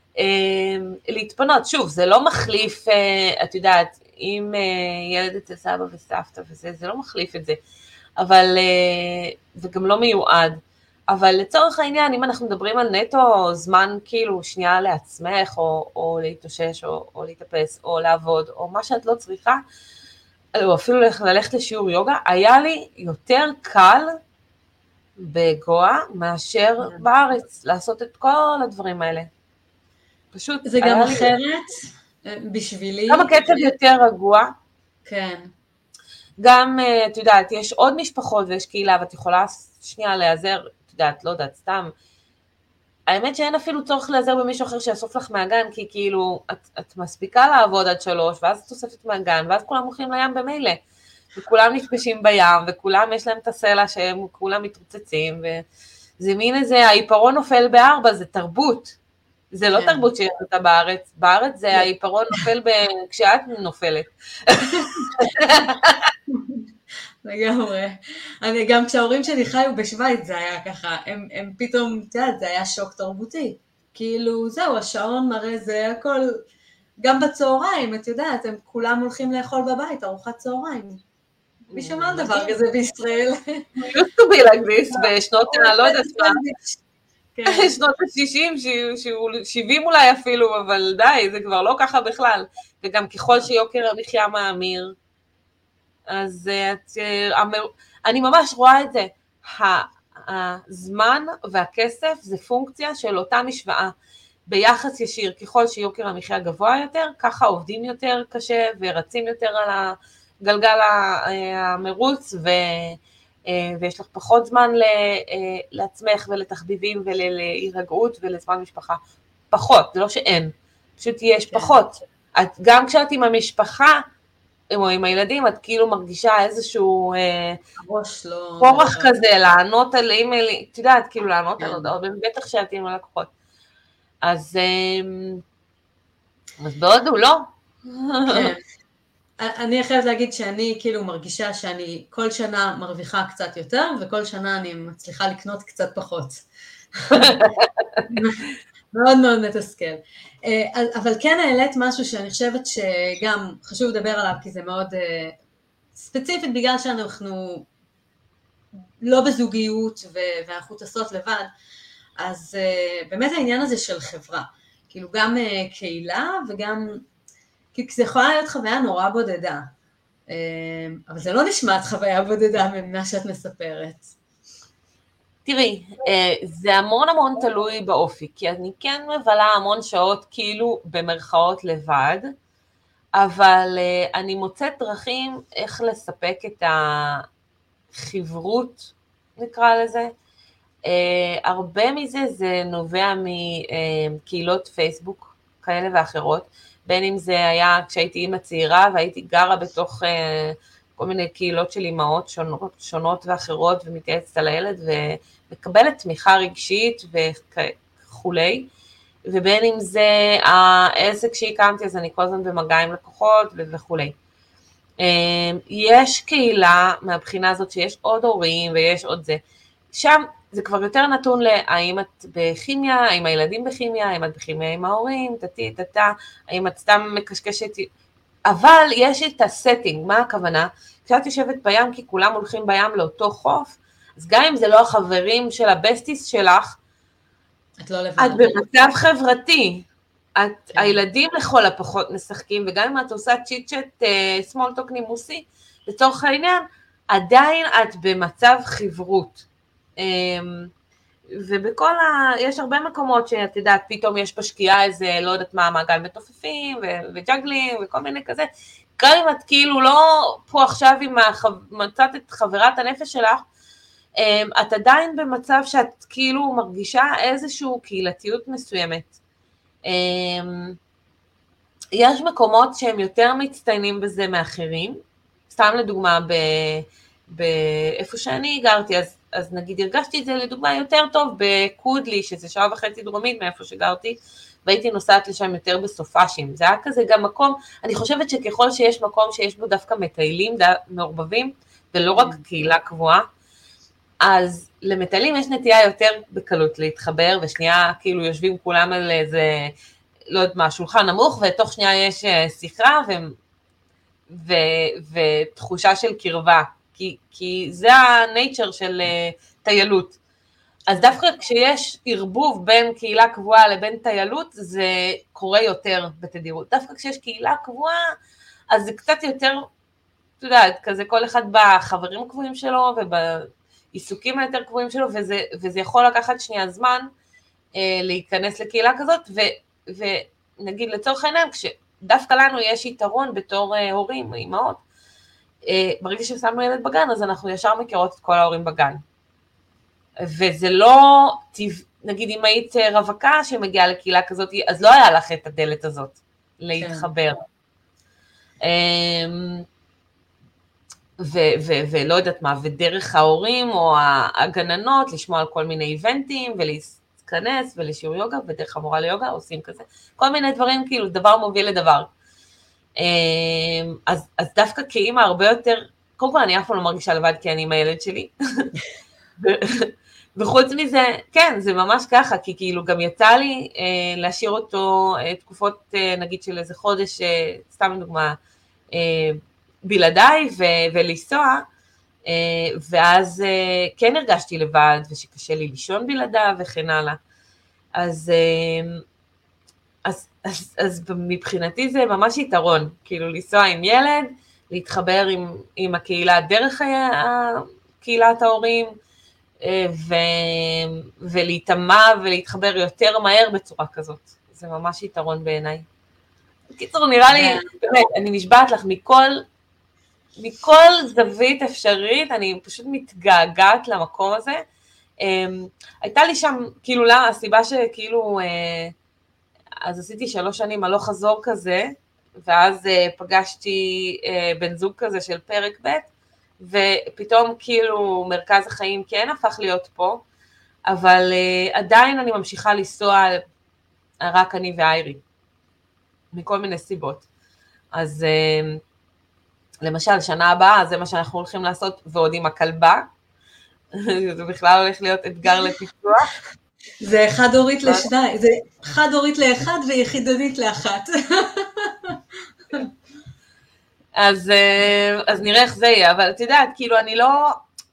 להתפנות. שוב, זה לא מחליף, את יודעת, אם ילד אצל סבא וסבתא וזה, זה לא מחליף את זה, אבל, וגם לא מיועד. אבל לצורך העניין, אם אנחנו מדברים על נטו זמן כאילו שנייה לעצמך, או להתאושש, או להתאפס, או לעבוד, או מה שאת לא צריכה, או אפילו ללכת לשיעור יוגה, היה לי יותר קל בגואה מאשר בארץ, לעשות את כל הדברים האלה. פשוט זה גם אחרת, בשבילי. גם הקצב יותר רגוע. כן. גם, את יודעת, יש עוד משפחות ויש קהילה, ואת יכולה שנייה להיעזר, יודעת, לא יודעת, סתם. האמת שאין אפילו צורך להיעזר במישהו אחר שיאסוף לך מהגן, כי כאילו, את מספיקה לעבוד עד 3, ואז את אוספת מהגן, ואז כולם הולכים לים במילא. וכולם נפגשים בים, וכולם יש להם את הסלע שהם כולם מתרוצצים, וזה מין איזה, העיפרון נופל ב4, זה תרבות. זה לא תרבות שיש אותה בארץ. בארץ זה העיפרון נופל כשאת נופלת. לגמרי. אני גם כשההורים שלי חיו בשוויץ זה היה ככה, הם פתאום, את יודעת, זה היה שוק תרבותי. כאילו, זהו, השעון מראה זה הכל, גם בצהריים, את יודעת, הם כולם הולכים לאכול בבית, ארוחת צהריים. מי שמע על דבר כזה בישראל? used to be like this בשנות, לא יודעת מה, שנות ה-60, 70 אולי אפילו, אבל די, זה כבר לא ככה בכלל. וגם ככל שיוקר המחיה מאמיר, אז אני ממש רואה את זה. הזמן והכסף זה פונקציה של אותה משוואה. ביחס ישיר, ככל שיוקר המחיה גבוה יותר, ככה עובדים יותר קשה ורצים יותר על הגלגל המרוץ, ויש לך פחות זמן לעצמך ולתחביבים ולהירגעות ולזמן משפחה. פחות, זה לא שאין, פשוט יש פחות. גם כשאת עם המשפחה, או עם הילדים, את כאילו מרגישה איזשהו כורח כזה, לענות על אימיילים, את יודעת, כאילו לענות על הודעות, בטח שאת עם הלקוחות. אז בהודו לא. כן. אני חייבת להגיד שאני כאילו מרגישה שאני כל שנה מרוויחה קצת יותר, וכל שנה אני מצליחה לקנות קצת פחות. מאוד מאוד מתסכל. אבל כן העלית משהו שאני חושבת שגם חשוב לדבר עליו, כי זה מאוד ספציפית, בגלל שאנחנו לא בזוגיות ואנחנו טסות לבד, אז באמת העניין הזה של חברה, כאילו גם קהילה וגם, כי זה יכולה להיות חוויה נורא בודדה, אבל זה לא נשמעת חוויה בודדה ממה שאת מספרת. תראי, זה המון המון תלוי באופי, כי אני כן מבלה המון שעות כאילו במרכאות לבד, אבל אני מוצאת דרכים איך לספק את החברות, נקרא לזה. הרבה מזה זה נובע מקהילות פייסבוק כאלה ואחרות, בין אם זה היה כשהייתי אימא צעירה והייתי גרה בתוך כל מיני קהילות של אימהות שונות ואחרות ומתייעצת על הילד ומקבלת תמיכה רגשית וכולי, ובין אם זה העסק שהקמתי, אז אני כל הזמן במגע עם לקוחות וכולי. יש קהילה מהבחינה הזאת שיש עוד הורים ויש עוד זה, שם זה כבר יותר נתון להאם את בכימיה, האם הילדים בכימיה, האם את בכימיה עם ההורים, תתה, האם את סתם מקשקשת, אבל יש את הסטינג, מה הכוונה? כשאת יושבת בים, כי כולם הולכים בים לאותו חוף, אז גם אם זה לא החברים של הבסטיס שלך, את לא לבד. את במצב חברתי, הילדים לכל הפחות משחקים, וגם אם את עושה צ'יט-צ'ט סמול-טוק נימוסי, לצורך העניין, עדיין את במצב חברות. יש הרבה מקומות שאת יודעת, פתאום יש בשקיעה איזה, לא יודעת מה, מעגל מתופפים וג'גלים וכל מיני כזה, גם אם את כאילו לא פה עכשיו עם מצאת את חברת הנפש שלך, את עדיין במצב שאת כאילו מרגישה איזושהי קהילתיות מסוימת. יש מקומות שהם יותר מצטיינים בזה מאחרים, סתם לדוגמה באיפה שאני גרתי, אז נגיד הרגשתי את זה לדוגמה יותר טוב בקודלי, שזה 1.5 שעה דרומית מאיפה שגרתי, והייתי נוסעת לשם יותר בסופשים. זה היה כזה גם מקום, אני חושבת שככל שיש מקום שיש בו דווקא מטיילים מעורבבים, ולא רק קהילה קבועה, אז למטיילים יש נטייה יותר בקלות להתחבר, ושנייה כאילו יושבים כולם על איזה, לא יודעת מה, שולחן נמוך, ותוך שנייה יש שיחה ותחושה של קרבה, כי זה הנייצ'ר של טיילות. אז דווקא כשיש ערבוב בין קהילה קבועה לבין טיילות, זה קורה יותר בתדירות. דווקא כשיש קהילה קבועה, אז זה קצת יותר, אתה יודע, כזה כל אחד בחברים הקבועים שלו, ובעיסוקים היותר קבועים שלו, וזה יכול לקחת שנייה זמן להיכנס לקהילה כזאת, ונגיד לצורך העניין, כשדווקא לנו יש יתרון בתור הורים, אימהות, ברגע ששמנו ילד בגן, אז אנחנו ישר מכירות את כל ההורים בגן. וזה לא, נגיד אם היית רווקה שמגיעה לקהילה כזאת, אז לא היה לך את הדלת הזאת להתחבר. ולא יודעת מה, ודרך ההורים או הגננות, לשמוע על כל מיני איבנטים, ולהתכנס ולשיעור יוגה, ודרך המורה ליוגה עושים כזה. כל מיני דברים, כאילו דבר מוביל לדבר. אז דווקא כאימא הרבה יותר קודם כל אני אף פעם לא מרגישה לבד כי אני עם הילד שלי, וחוץ מזה, כן, זה ממש ככה, כי כאילו גם יצא לי להשאיר אותו תקופות, נגיד של איזה חודש, סתם לדוגמה, בלעדיי ולנסוע, ואז כן הרגשתי לבד, ושקשה לי לישון בלעדיו וכן הלאה. אז מבחינתי זה ממש יתרון, כאילו לנסוע עם ילד, להתחבר עם הקהילה דרך קהילת ההורים, ולהתאמה ולהתחבר יותר מהר בצורה כזאת. זה ממש יתרון בעיניי. בקיצור, נראה לי, באמת, אני נשבעת לך מכל זווית אפשרית, אני פשוט מתגעגעת למקום הזה. הייתה לי שם, כאילו, הסיבה שכאילו, אז עשיתי 3 שנים הלוך חזור כזה, ואז פגשתי בן זוג כזה של פרק ב', ופתאום כאילו מרכז החיים כן הפך להיות פה, אבל עדיין אני ממשיכה לנסוע רק אני ואיירי, מכל מיני סיבות. אז למשל, שנה הבאה, זה מה שאנחנו הולכים לעשות, ועוד עם הכלבה, זה בכלל הולך להיות אתגר לפיתוח. זה חד-הורית לשניים, זה חד-הורית לאחד ויחידנית לאחת. אז נראה איך זה יהיה, אבל את יודעת, כאילו אני לא,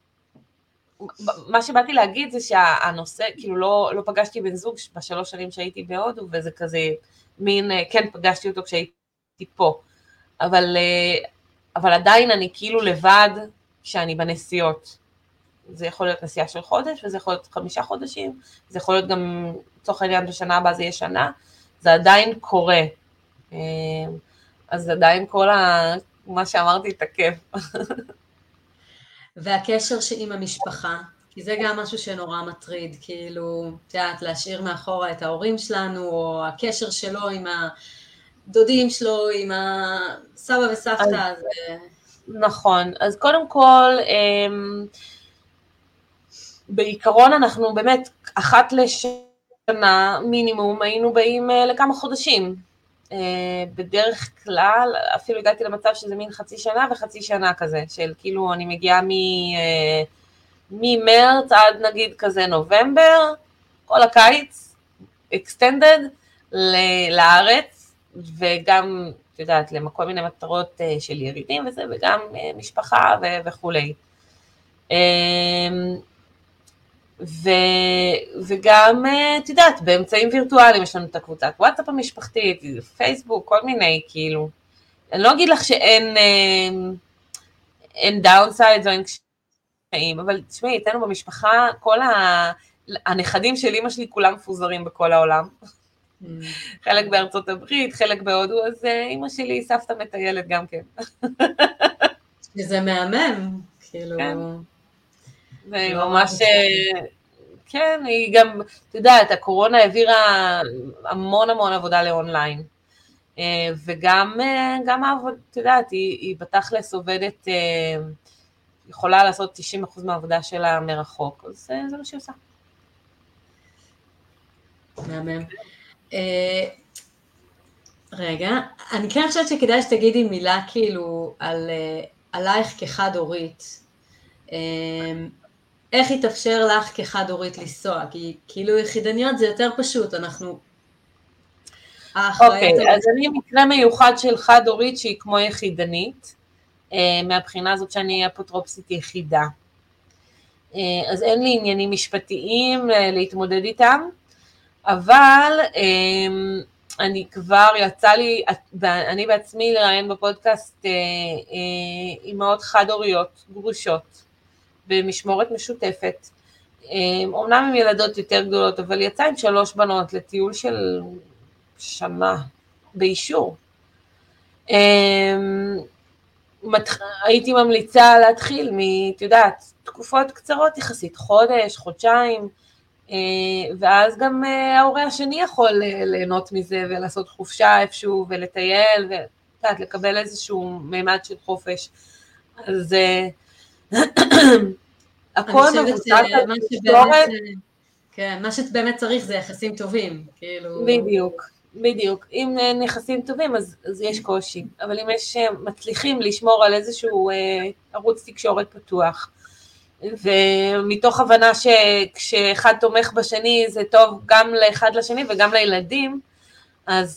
מה שבאתי להגיד זה שהנושא, כאילו לא פגשתי בן זוג ב3 שנים שהייתי בהודו, וזה כזה מין, כן פגשתי אותו כשהייתי פה, אבל עדיין אני כאילו לבד כשאני בנסיעות. זה יכול להיות נסיעה של חודש, וזה יכול להיות 5 חודשים, זה יכול להיות גם, לצורך העניין בשנה הבאה זה יהיה שנה, זה עדיין קורה. אז עדיין כל מה שאמרתי תקף. והקשר עם המשפחה, כי זה גם משהו שנורא מטריד, כאילו, תיאת, להשאיר מאחורה את ההורים שלנו, או הקשר שלו עם הדודים שלו, עם הסבא וסבתא. נכון, אז קודם כל, בעיקרון אנחנו באמת, 1 לשנה מינימום, היינו באים לכמה חודשים. בדרך כלל, אפילו הגעתי למצב שזה מין חצי שנה וחצי שנה כזה, של כאילו אני מגיעה ממרץ עד נגיד כזה נובמבר, כל הקיץ, extended לארץ, וגם, את יודעת, לכל מיני מטרות של ירידים וזה, וגם משפחה וכולי. וגם, את יודעת, באמצעים וירטואליים יש לנו את הקבוצת וואטסאפ המשפחתית, פייסבוק, כל מיני, כאילו. אני לא אגיד לך שאין דאונסיידס או אין קשיים, אבל תשמעי, איתנו במשפחה, כל הנכדים של אמא שלי כולם מפוזרים בכל העולם. חלק בארצות הברית, חלק בהודו, אז אמא שלי סבתא מטיילת גם כן. זה מהמם, כאילו. כן. זה ממש, כן, היא גם, אתה יודעת, הקורונה העבירה המון עבודה לאונליין, וגם העבודה, אתה יודעת, היא בתכלס עובדת, יכולה לעשות 90% מהעבודה שלה מרחוק, אז זה מה שהיא עושה. מהמם. רגע, אני כן חושבת שכדאי שתגידי מילה כאילו עלייך כחד-הורית, איך יתאפשר לך כחד-הורית לנסוע? כי כאילו יחידניות זה יותר פשוט, אנחנו... אוקיי, אז אני מקרה מיוחד של חד-הורית שהיא כמו יחידנית, מהבחינה הזאת שאני אפוטרופסית יחידה. אז אין לי עניינים משפטיים להתמודד איתם, אבל אני כבר יצא לי, אני בעצמי לראיין בפודקאסט אימהות חד-הוריות, גרושות, במשמורת משותפת, אומנם עם ילדות יותר גדולות, אבל יצא עם 3 בנות לטיול של שנה, באישור. הייתי ממליצה להתחיל את יודעת, תקופות קצרות יחסית, חודש, חודשיים, ואז גם ההורה השני יכול ליהנות מזה, ולעשות חופשה איפשהו, ולטייל, ותיודעת, לקבל איזשהו מימד של חופש. אז הכל מבוצע על תקשורת. כן, מה שבאמת צריך זה יחסים טובים, כאילו. בדיוק, בדיוק, אם נכסים טובים אז יש קושי, אבל אם יש מצליחים לשמור על איזשהו ערוץ תקשורת פתוח, ומתוך הבנה שכשאחד תומך בשני זה טוב גם לאחד לשני וגם לילדים, אז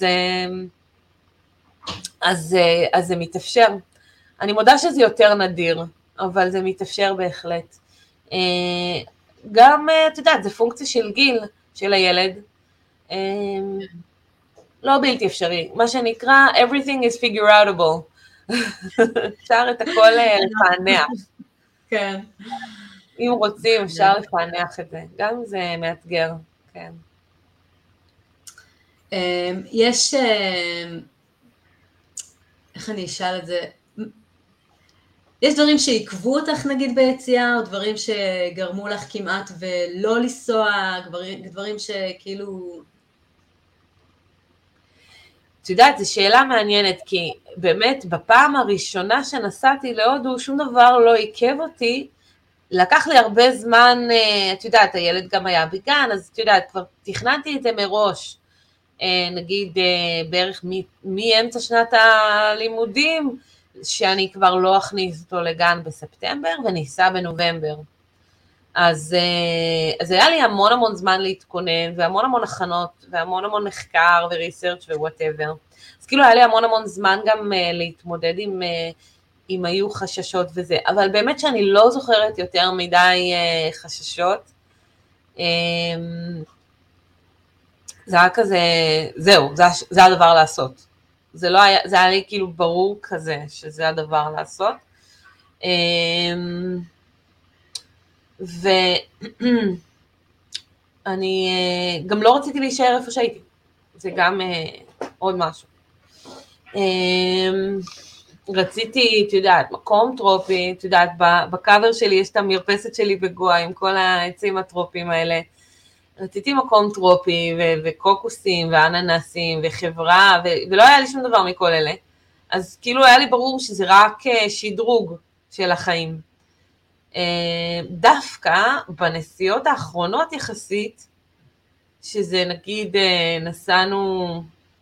זה מתאפשר. אני מודה שזה יותר נדיר, אבל זה מתאפשר בהחלט. גם, את יודעת, זה פונקציה של גיל של הילד, לא בלתי אפשרי, מה שנקרא everything is figure outable, אפשר את הכל לפענח. כן. אם רוצים אפשר לפענח את זה, גם אם זה מאתגר, כן. יש, איך אני אשאל את זה, יש דברים שעיכבו אותך נגיד ביציאה, או דברים שגרמו לך כמעט ולא לנסוע, דברים שכאילו... את יודעת, זו שאלה מעניינת, כי באמת בפעם הראשונה שנסעתי להודו, שום דבר לא עיכב אותי, לקח לי הרבה זמן, את יודעת, הילד גם היה בגן, אז את יודעת, כבר תכננתי את זה מראש, נגיד בערך מאמצע שנת הלימודים, שאני כבר לא אכניס אותו לגן בספטמבר, וניסע בנובמבר. אז היה לי המון זמן להתכונן, והמון הכנות, והמון מחקר וריסרצ' ווואטאבר. אז כאילו היה לי המון זמן גם להתמודד אם היו חששות וזה, אבל באמת שאני לא זוכרת יותר מדי חששות. זה היה כזה, זהו, זה הדבר לעשות. זה היה לי כאילו ברור כזה, שזה הדבר לעשות. ואני גם לא רציתי להישאר איפה שהייתי, זה גם עוד משהו. רציתי, את יודעת, מקום טרופי, את יודעת, בקאבר שלי יש את המרפסת שלי בגואה עם כל העצים הטרופיים האלה, רציתי מקום טרופי וקוקוסים ואננסים וחברה, ולא היה לי שום דבר מכל אלה, אז כאילו היה לי ברור שזה רק שדרוג של החיים. דווקא בנסיעות האחרונות יחסית, שזה נגיד נסענו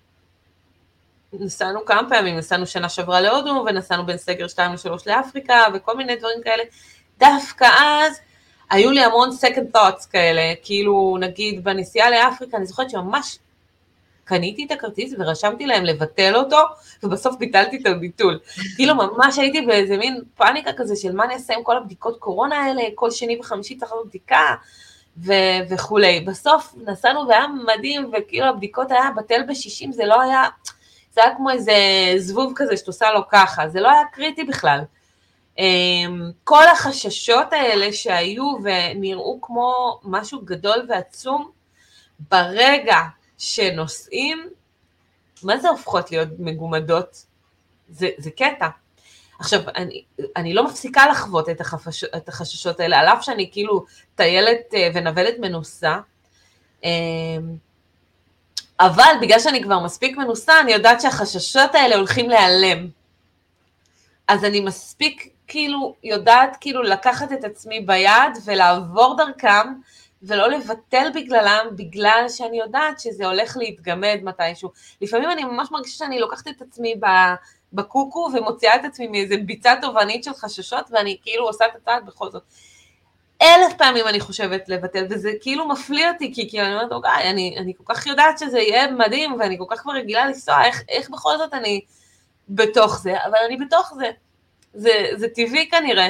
כמה פעמים, נסענו שנה שעברה להודו, ונסענו בין סגר 2 ל-3 לאפריקה, וכל מיני דברים כאלה, דווקא אז היו לי המון second thoughts כאלה, כאילו נגיד בנסיעה לאפריקה, אני זוכרת שממש קניתי את הכרטיס ורשמתי להם לבטל אותו, ובסוף ביטלתי את הביטול. כאילו ממש הייתי באיזה מין פאניקה כזה של מה נעשה עם כל הבדיקות קורונה האלה, כל שני וחמישי צריך בדיקה, וכולי. בסוף נסענו והיה מדהים, וכאילו הבדיקות היה בטל ב-60, זה לא היה, זה היה כמו איזה זבוב כזה שאת עושה לו ככה, זה לא היה קריטי בכלל. כל החששות האלה שהיו ונראו כמו משהו גדול ועצום, ברגע שנוסעים, מה זה הופכות להיות מגומדות? זה קטע. עכשיו, אני לא מפסיקה לחוות את החששות האלה, על אף שאני כאילו טיילת ונוולת מנוסה, אבל בגלל שאני כבר מספיק מנוסה, אני יודעת שהחששות האלה הולכים להיעלם. אז אני מספיק כאילו יודעת כאילו לקחת את עצמי ביד ולעבור דרכם, ולא לבטל בגללם, בגלל שאני יודעת שזה הולך להתגמד מתישהו. לפעמים אני ממש מרגישה שאני לוקחת את עצמי בקוקו, ומוציאה את עצמי מאיזה ביצה תובענית של חששות, ואני כאילו עושה את הצעד בכל זאת. 1000 פעמים אני חושבת לבטל, וזה כאילו מפליא אותי, כי אני אומרת, אוקיי, אני כל כך יודעת שזה יהיה מדהים, ואני כל כך כבר רגילה לנסוע, איך בכל זאת אני בתוך זה, אבל אני בתוך זה. זה טבעי כנראה.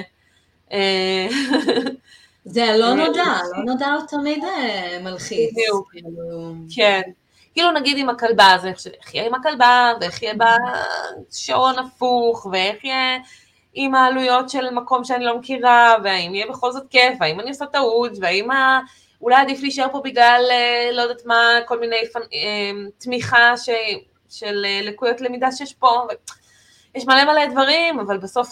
זה לא נודע הוא תמיד מלחיץ. כן. כאילו נגיד עם הכלבה, אז איך יהיה עם הכלבה, ואיך יהיה בשעון הפוך, ואיך יהיה עם העלויות של מקום שאני לא מכירה, והאם יהיה בכל זאת כיף, והאם אני עושה טעות, והאם אולי עדיף להישאר פה בגלל, לא יודעת מה, כל מיני תמיכה של לקויות למידה שיש פה, יש מלא דברים, אבל בסוף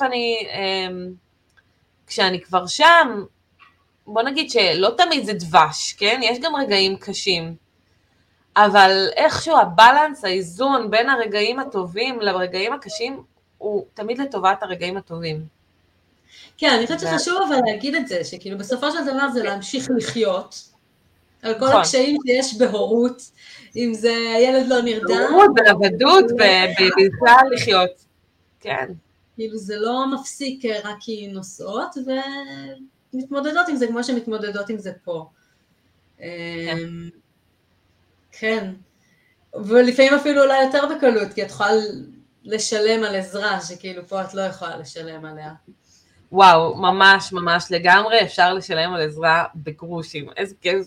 כשאני כבר שם, בוא נגיד שלא תמיד זה דבש, כן? יש גם רגעים קשים, אבל איכשהו הבלנס, האיזון בין הרגעים הטובים לרגעים הקשים, הוא תמיד לטובת הרגעים הטובים. כן, אני חושבת שחשוב אבל להגיד את זה, שכאילו בסופו של דבר זה להמשיך לחיות, על כל הקשיים שיש בהורות, אם זה הילד לא נרדם. בהורות, בעבדות, ובכלל לחיות. כן. כאילו זה לא מפסיק רק כי נוסעות, ומתמודדות עם זה כמו שמתמודדות עם זה פה. כן. ולפעמים אפילו אולי יותר בקלות, כי את יכולה לשלם על עזרה, שכאילו פה את לא יכולה לשלם עליה. וואו, ממש ממש לגמרי אפשר לשלם על עזרה בגרושים, איזה כיף.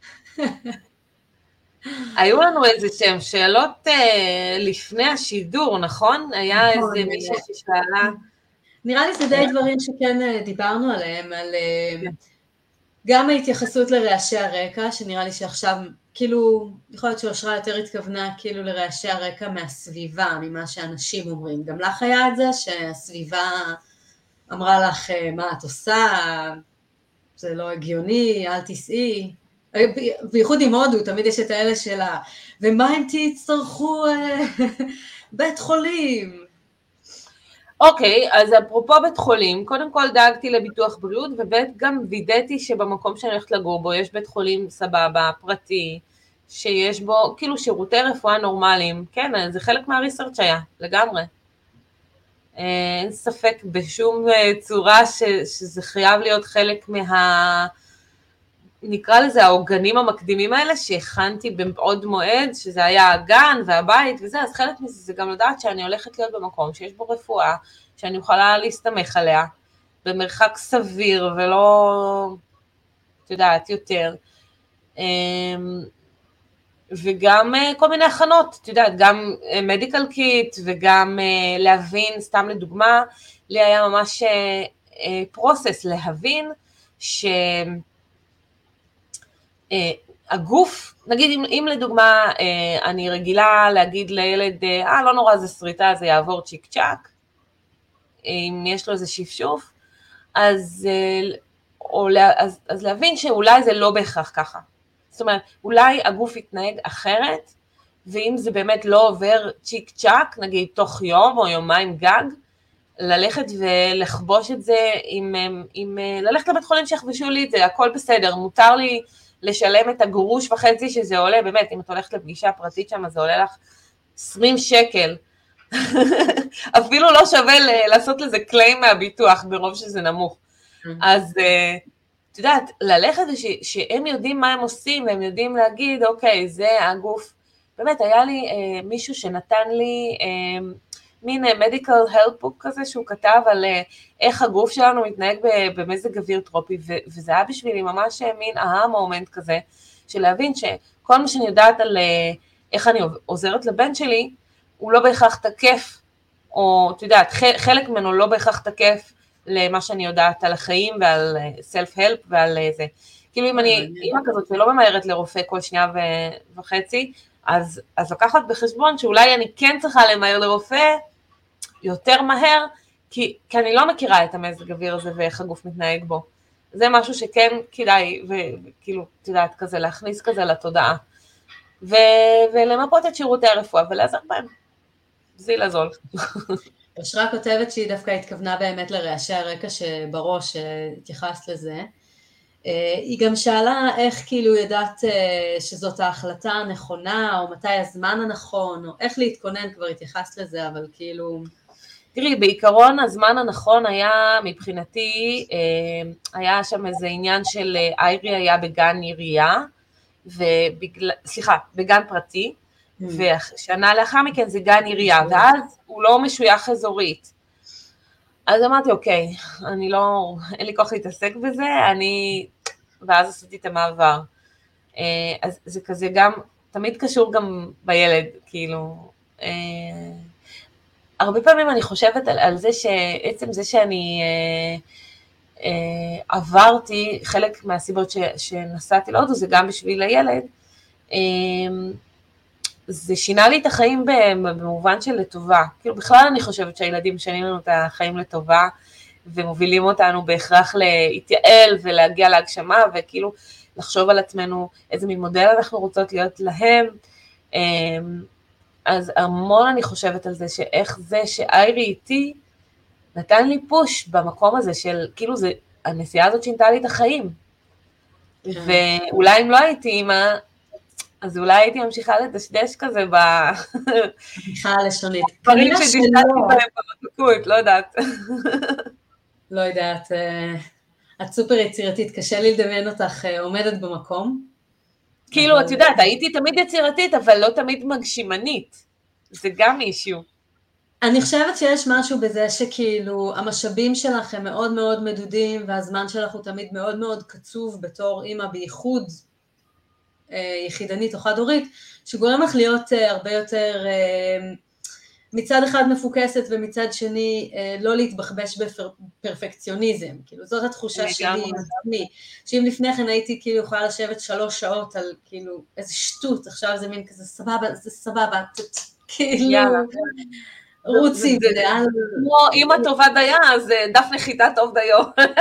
היו לנו איזה שהם שאלות לפני השידור, נכון? היה איזה מישהו ששאלה. נראה לי זה די דברים שכן דיברנו עליהם, על גם ההתייחסות לרעשי הרקע, שנראה לי שעכשיו, כאילו, יכול להיות שאושרה יותר התכוונה כאילו לרעשי הרקע מהסביבה, ממה שאנשים אומרים. גם לך היה את זה, שהסביבה אמרה לך, מה את עושה, זה לא הגיוני, אל תסעי. בייחוד עם הודו, תמיד יש את האלה שלה, ומה אם תצטרכו בית חולים? אוקיי, אז אפרופו בית חולים, קודם כל דאגתי לביטוח בריאות, ובית גם וידאתי שבמקום שאני הולכת לגור בו, יש בית חולים סבבה, פרטי, שיש בו כאילו שירותי רפואה נורמליים, כן, זה חלק מהריסרצ' היה, לגמרי. אין ספק בשום צורה שזה חייב להיות חלק נקרא לזה העוגנים המקדימים האלה, שהכנתי בעוד מועד, שזה היה הגן והבית וזה, אז חלק מזה זה גם לדעת שאני הולכת להיות במקום שיש בו רפואה, שאני יכולה להסתמך עליה, במרחק סביר ולא, את יודעת, יותר. וגם כל מיני הכנות, את יודעת, גם מדיקל קיט, וגם להבין, סתם לדוגמה, לי היה ממש פרוסס להבין הגוף, נגיד אם לדוגמה אני רגילה להגיד לילד, לא נורא זה שריטה, זה יעבור צ'יק צ'ק, אם יש לו איזה שפשוף, אז להבין שאולי זה לא בהכרח ככה. זאת אומרת, אולי הגוף יתנהג אחרת, ואם זה באמת לא עובר צ'יק צ'ק, נגיד תוך יום או יומיים גג, ללכת ולחבוש את זה, ללכת לבית חולים שיחבשו לי את זה, הכל בסדר, מותר לי לשלם את הגרוש וחצי שזה עולה, באמת, אם את הולכת לפגישה פרטית שם, אז זה עולה לך 20 שקל, אפילו לא שווה לעשות לזה קליים מהביטוח, ברוב שזה נמוך. אז את יודעת, ללכת שהם יודעים מה הם עושים, והם יודעים להגיד, אוקיי, זה הגוף, באמת, היה לי מישהו שנתן לי מין medical health book כזה, שהוא כתב על איך הגוף שלנו מתנהג במזג אוויר טרופי, וזה היה בשבילי ממש מין מומנט כזה, של להבין שכל מה שאני יודעת על איך אני עוזרת לבן שלי, הוא לא בהכרח תקף, או את יודעת, חלק ממנו לא בהכרח תקף, למה שאני יודעת על החיים ועל self-help ועל זה. כאילו אם אני אימא כזאת ולא ממהרת לרופא כל שנייה וחצי, אז לקחת בחשבון שאולי אני כן צריכה למהר לרופא יותר מהר, כי אני לא מכירה את המזג אוויר הזה ואיך הגוף מתנהג בו. זה משהו שכן כדאי, וכאילו, את יודעת, כזה להכניס כזה לתודעה. ולמפות את שירותי הרפואה ולעזר בהם. זיל הזול. אושרה כותבת שהיא דווקא התכוונה באמת לרעשי הרקע שבראש, התייחסת לזה. היא גם שאלה איך כאילו ידעת שזאת ההחלטה הנכונה, או מתי הזמן הנכון, או איך להתכונן, כבר התייחסת לזה, אבל כאילו... תראי, בעיקרון הזמן הנכון היה מבחינתי, היה שם איזה עניין של איירי היה בגן עירייה, בגן פרטי, ושנה לאחר מכן זה גן עירייה, ואז הוא לא משוייך אזורית. אז אמרתי, אוקיי, אין לי כוח להתעסק בזה, ואז עשיתי את המעבר. אז זה כזה גם, תמיד קשור גם בילד, כאילו, הרבה פעמים אני חושבת על זה שעצם זה שאני עברתי, חלק מהסיבות שנסעתי להודו, זה גם בשביל הילד, זה שינה לי את החיים במובן של לטובה. כאילו בכלל אני חושבת שהילדים משנים לנו את החיים לטובה, ומובילים אותנו בהכרח להתייעל ולהגיע להגשמה, וכאילו לחשוב על עצמנו איזה מין מודל אנחנו רוצות להיות להם. אז המון אני חושבת על זה, שאיך זה שאיירי איתי נתן לי פוש במקום הזה של, כאילו זה, הנסיעה הזאת שינתה לי את החיים. ואולי אם לא הייתי אימא, אז אולי הייתי ממשיכה לדשדש כזה בדיחה לשונית. דברים שדשדשתי בהם במתוקות, לא יודעת. לא יודעת, את סופר יצירתית, קשה לי לדמיין אותך עומדת במקום. כאילו, את יודעת, הייתי תמיד יצירתית, אבל לא תמיד מגשימנית. זה גם אישיו. אני חושבת שיש משהו בזה שכאילו המשאבים שלך הם מאוד מאוד מדודים, והזמן שלך הוא תמיד מאוד מאוד קצוב בתור אימא, בייחוד יחידנית או חד-הורית, שגורם לך להיות הרבה יותר מצד אחד מפוקסת ומצד שני לא להתבחבש בפרפקציוניזם, כאילו זאת התחושה שלי עם עצמי, שאם לפני כן הייתי כאילו יכולה לשבת 3 שעות על כאילו איזה שטות, עכשיו זה מין כזה סבבה, זה סבבה, כאילו רוצי, כמו אמא טובה דייה, אז דף נחיתה טוב דיו.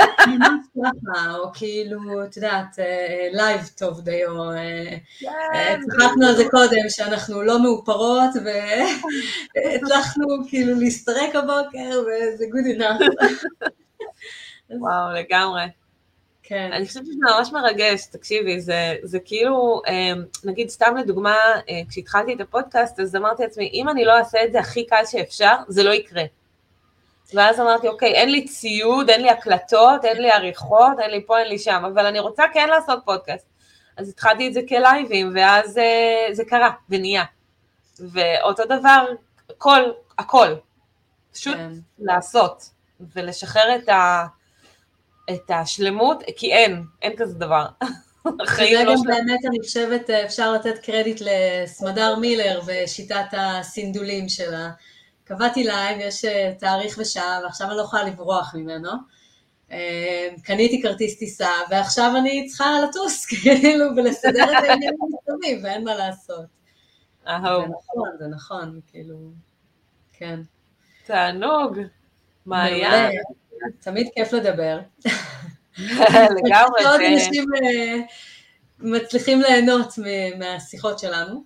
או כאילו, את יודעת, לייב טוב דיו, צחקנו על זה קודם, שאנחנו לא מאופרות, והצלחנו כאילו להסתרק הבוקר, וזה good enough. וואו, לגמרי. כן. אני חושבת שזה ממש מרגש, תקשיבי, זה כאילו, נגיד סתם לדוגמה, כשהתחלתי את הפודקאסט, אז אמרתי לעצמי, אם אני לא אעשה את זה הכי קל שאפשר, זה לא יקרה. ואז אמרתי, אוקיי, אין לי ציוד, אין לי הקלטות, אין לי עריכות, אין לי פה, אין לי שם, אבל אני רוצה כן לעשות פודקאסט. אז התחלתי את זה כלייבים, ואז זה קרה, ונהיה. ואותו דבר, הכל, פשוט לעשות, ולשחרר את השלמות, כי אין כזה דבר. זה גם באמת, אני חושבת, אפשר לתת קרדיט לסמדר מילר ושיטת הסינדולים שלה. קבעתי לייב, יש תאריך ושעה, ועכשיו אני לא יכולה לברוח ממנו. קניתי כרטיס טיסה, ועכשיו אני צריכה לטוס, כאילו, ולסדר את העניינים מסביב, ואין מה לעשות. זה נכון, כאילו, כן. תענוג, מה היה? תמיד כיף לדבר. לגמרי. עוד אנשים מצליחים ליהנות מהשיחות שלנו.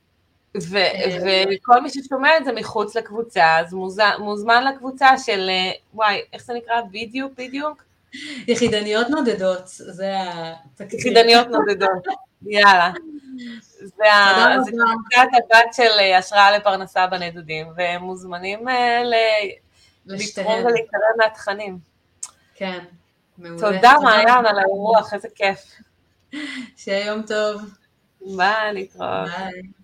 וכל מי ששומע את זה מחוץ לקבוצה, אז מוזמן לקבוצה של, וואי, איך זה נקרא? בדיוק? יחידניות נודדות, זה התקציב. יחידניות נודדות, יאללה. זה קבוצת הבת של השראה לפרנסה בנדודים, והם מוזמנים לתרום ולהתקרב מהתכנים. כן, מעולה. תודה מעיין על האירוח, איזה כיף. שיהיה יום טוב. ביי, להתראות. ביי.